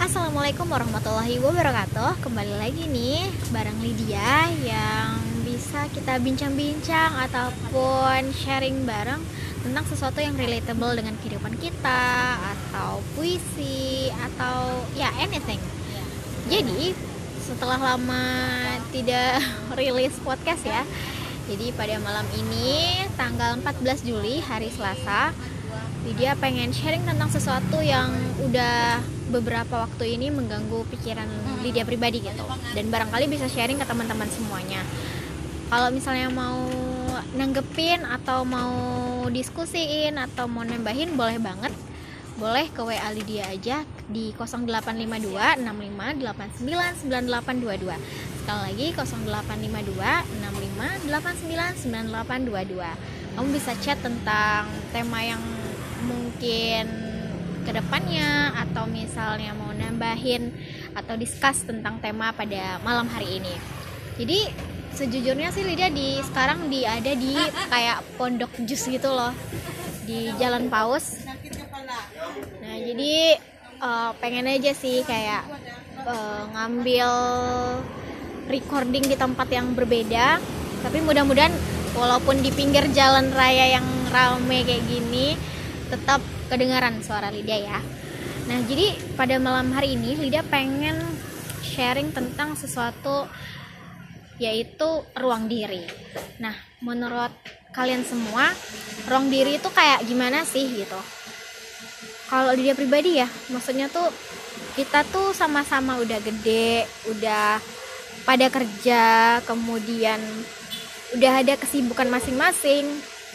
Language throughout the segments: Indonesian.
Assalamualaikum warahmatullahi wabarakatuh. Kembali lagi nih bareng Lydia yang bisa kita bincang-bincang ataupun sharing bareng tentang sesuatu yang relatable dengan kehidupan kita, atau puisi, atau ya anything. Jadi setelah lama tidak rilis podcast ya, jadi pada malam ini tanggal 14 Juli hari Selasa, Lydia pengen sharing tentang sesuatu yang udah beberapa waktu ini mengganggu pikiran Lydia pribadi gitu, dan barangkali bisa sharing ke teman-teman semuanya. Kalau misalnya mau nanggepin atau mau diskusiin atau mau nambahin, boleh banget. Boleh ke WA Lydia aja di 0852 65 89 9822. Sekali lagi 0852 65 89 9822. Kamu bisa chat tentang tema yang mungkin kedepannya, atau misalnya mau nambahin atau discuss tentang tema pada malam hari ini. Jadi sejujurnya sih Lydia sekarang ada di kayak pondok jus gitu loh, di Jalan Paus. Nah jadi pengen aja sih kayak ngambil recording di tempat yang berbeda, tapi mudah-mudahan walaupun di pinggir jalan raya yang rame kayak gini tetap kedengaran suara Lydia ya. Nah jadi pada malam hari ini Lydia pengen sharing tentang sesuatu, yaitu ruang diri. Nah menurut kalian semua, ruang diri itu kayak gimana sih gitu? Kalau Lydia pribadi ya, maksudnya tuh kita tuh sama-sama udah gede, udah pada kerja, kemudian udah ada kesibukan masing-masing,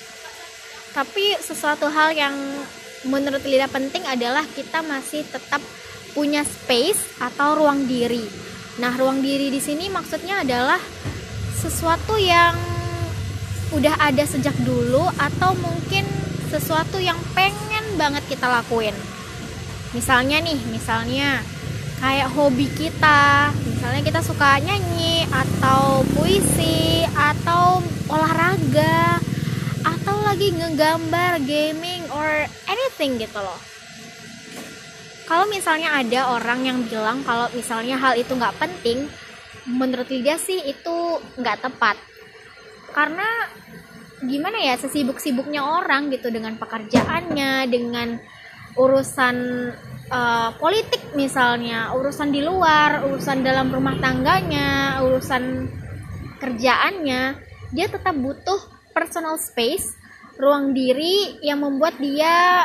tapi sesuatu hal yang menurut Lydia penting adalah kita masih tetap punya space atau ruang diri. Nah, ruang diri di sini maksudnya adalah sesuatu yang udah ada sejak dulu, atau mungkin sesuatu yang pengen banget kita lakuin. Misalnya kayak hobi kita, misalnya kita suka nyanyi atau puisi atau olahraga, atau lagi ngegambar, gaming, or anything gitu loh. Kalau misalnya ada orang yang bilang kalau misalnya hal itu nggak penting, menurut Lydia sih itu nggak tepat. Karena gimana ya, sesibuk-sibuknya orang gitu dengan pekerjaannya, dengan urusan politik misalnya, urusan di luar, urusan dalam rumah tangganya, urusan kerjaannya, dia tetap butuh personal space, ruang diri yang membuat dia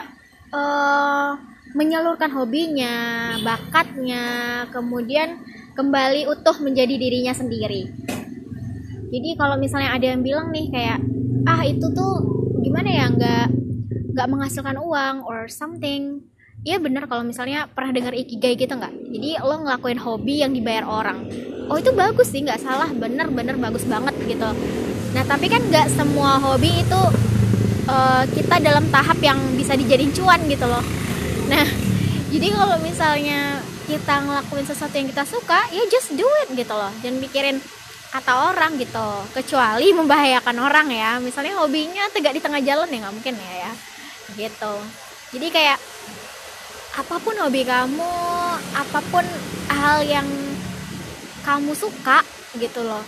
menyalurkan hobinya, bakatnya, kemudian kembali utuh menjadi dirinya sendiri. Jadi kalau misalnya ada yang bilang nih kayak, itu tuh gimana ya, nggak menghasilkan uang or something. Iya benar, kalau misalnya pernah dengar ikigai gitu nggak? Jadi lo ngelakuin hobi yang dibayar orang. Oh itu bagus sih, nggak salah, bener bagus banget gitu. Nah tapi kan nggak semua hobi itu kita dalam tahap yang bisa dijadiin cuan gitu loh. Nah jadi kalau misalnya kita ngelakuin sesuatu yang kita suka, ya just do it gitu loh. Jangan mikirin kata orang gitu, kecuali membahayakan orang ya. Misalnya hobinya tegak di tengah jalan, ya nggak mungkin ya gitu. Jadi kayak apapun hobi kamu, apapun hal yang kamu suka gitu loh,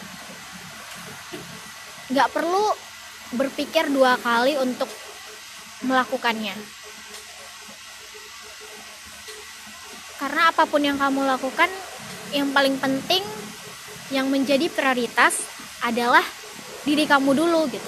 nggak perlu berpikir dua kali untuk melakukannya. Karena apapun yang kamu lakukan, yang paling penting, yang menjadi prioritas adalah diri kamu dulu gitu.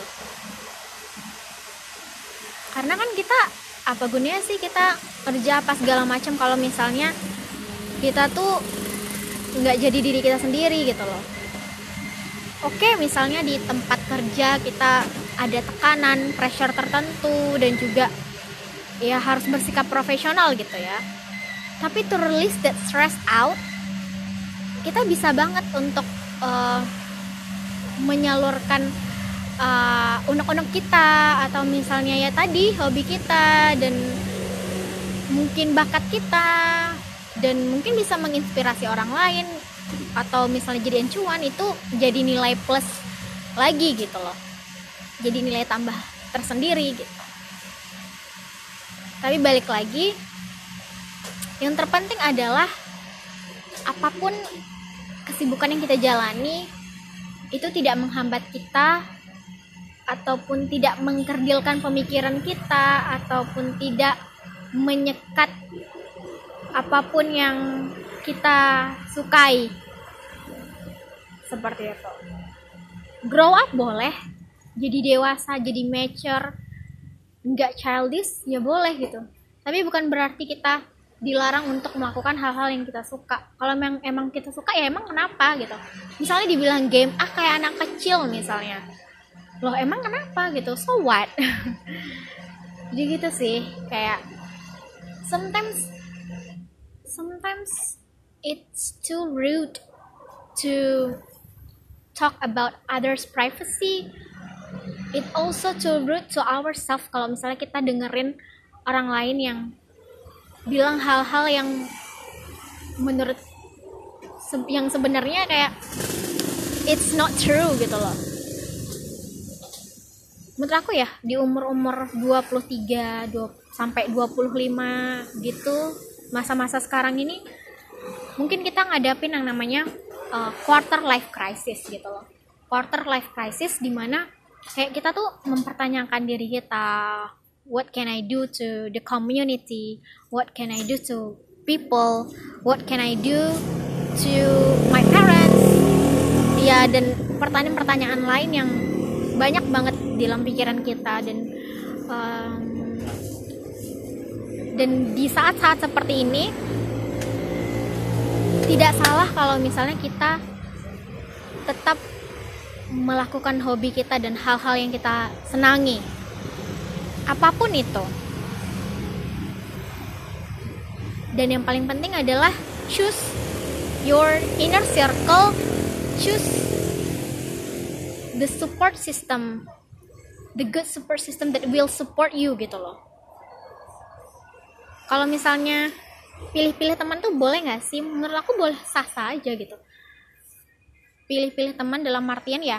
Karena kan kita, apa gunanya sih kita kerja apa segala macam kalau misalnya kita tuh nggak jadi diri kita sendiri gitu loh. Oke, misalnya di tempat kerja kita ada tekanan, pressure tertentu, dan juga ya harus bersikap profesional gitu ya. Tapi to release that stress out, kita bisa banget untuk menyalurkan unek-unek kita, atau misalnya ya tadi hobi kita, dan mungkin bakat kita, dan mungkin bisa menginspirasi orang lain, atau misalnya jadian cuan, itu jadi nilai plus lagi gitu loh, jadi nilai tambah tersendiri gitu. Tapi balik lagi, yang terpenting adalah apapun kesibukan yang kita jalani itu tidak menghambat kita ataupun tidak mengkerdilkan pemikiran kita ataupun tidak menyekat apapun yang kita sukai. Seperti itu. Grow up boleh, jadi dewasa, jadi mature, nggak childish ya boleh gitu. Tapi bukan berarti kita dilarang untuk melakukan hal-hal yang kita suka. Kalau emang kita suka ya emang kenapa gitu. Misalnya dibilang game kayak anak kecil misalnya, loh emang kenapa gitu, so what? Jadi gitu sih, kayak sometimes it's too rude to talk about others' privacy. It also too rude to ourselves kalau misalnya kita dengerin orang lain yang bilang hal-hal yang menurut yang sebenarnya kayak it's not true gitu loh. Menurut aku ya di umur-umur 23 sampai 25 gitu, masa-masa sekarang ini mungkin kita ngadapin yang namanya quarter life crisis gitu loh. Quarter life crisis dimana kayak kita tuh mempertanyakan diri kita, what can I do to the community, what can I do to people, what can I do to my parents, ya, dan pertanyaan-pertanyaan lain yang banyak banget di dalam pikiran kita. Dan di saat-saat seperti ini tidak salah kalau misalnya kita tetap melakukan hobi kita dan hal-hal yang kita senangi, apapun itu. Dan yang paling penting adalah choose your inner circle, choose the support system, the good support system that will support you gitu loh. Kalau misalnya pilih-pilih teman tuh boleh nggak sih? Menurut aku boleh, sah-sah aja gitu. Pilih-pilih teman dalam artian ya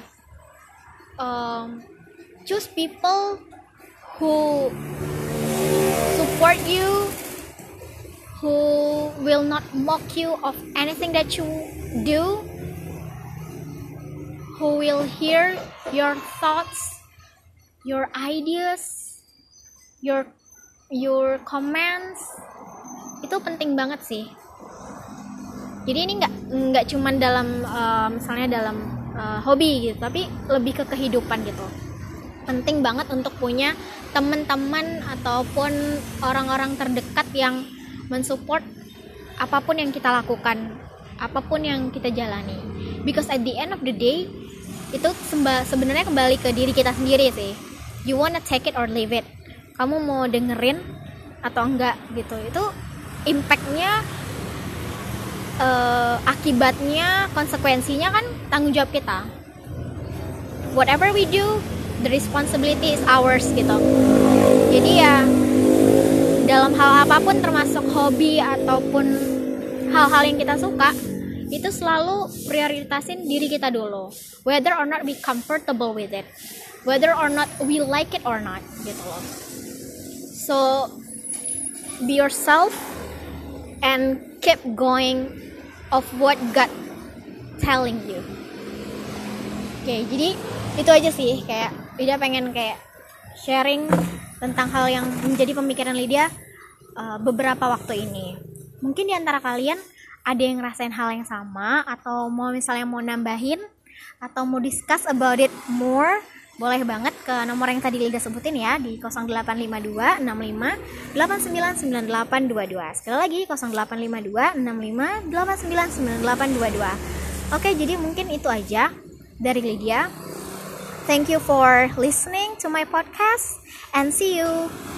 choose people who support you, who will not mock you of anything that you do, who will hear your thoughts, your ideas, your comments. Itu penting banget sih. Jadi ini nggak cuman dalam misalnya dalam hobi gitu, tapi lebih ke kehidupan gitu. Penting banget untuk punya teman-teman ataupun orang-orang terdekat yang mensupport apapun yang kita lakukan, apapun yang kita jalani. Because at the end of the day itu sebenarnya kembali ke diri kita sendiri sih. You wanna take it or leave it. Kamu mau dengerin atau enggak gitu. Itu impactnya, akibatnya, konsekuensinya kan tanggung jawab kita. Whatever we do, the responsibility is ours gitu. Jadi ya dalam hal apapun termasuk hobi ataupun hal-hal yang kita suka, itu selalu prioritasin diri kita dulu. Whether or not we comfortable with it, whether or not we like it or not gitu loh. So be yourself and keep going of what God telling you. Oke, jadi itu aja sih, kayak Lydia pengen kayak sharing tentang hal yang menjadi pemikiran Lydia beberapa waktu ini. Mungkin di antara kalian ada yang ngerasain hal yang sama, atau mau misalnya mau nambahin atau mau discuss about it more, boleh banget ke nomor yang tadi Lydia sebutin ya, di 0852 65 899822. Sekali lagi 0852 65 899822. Oke, jadi mungkin itu aja dari Lydia. Thank you for listening to my podcast and see you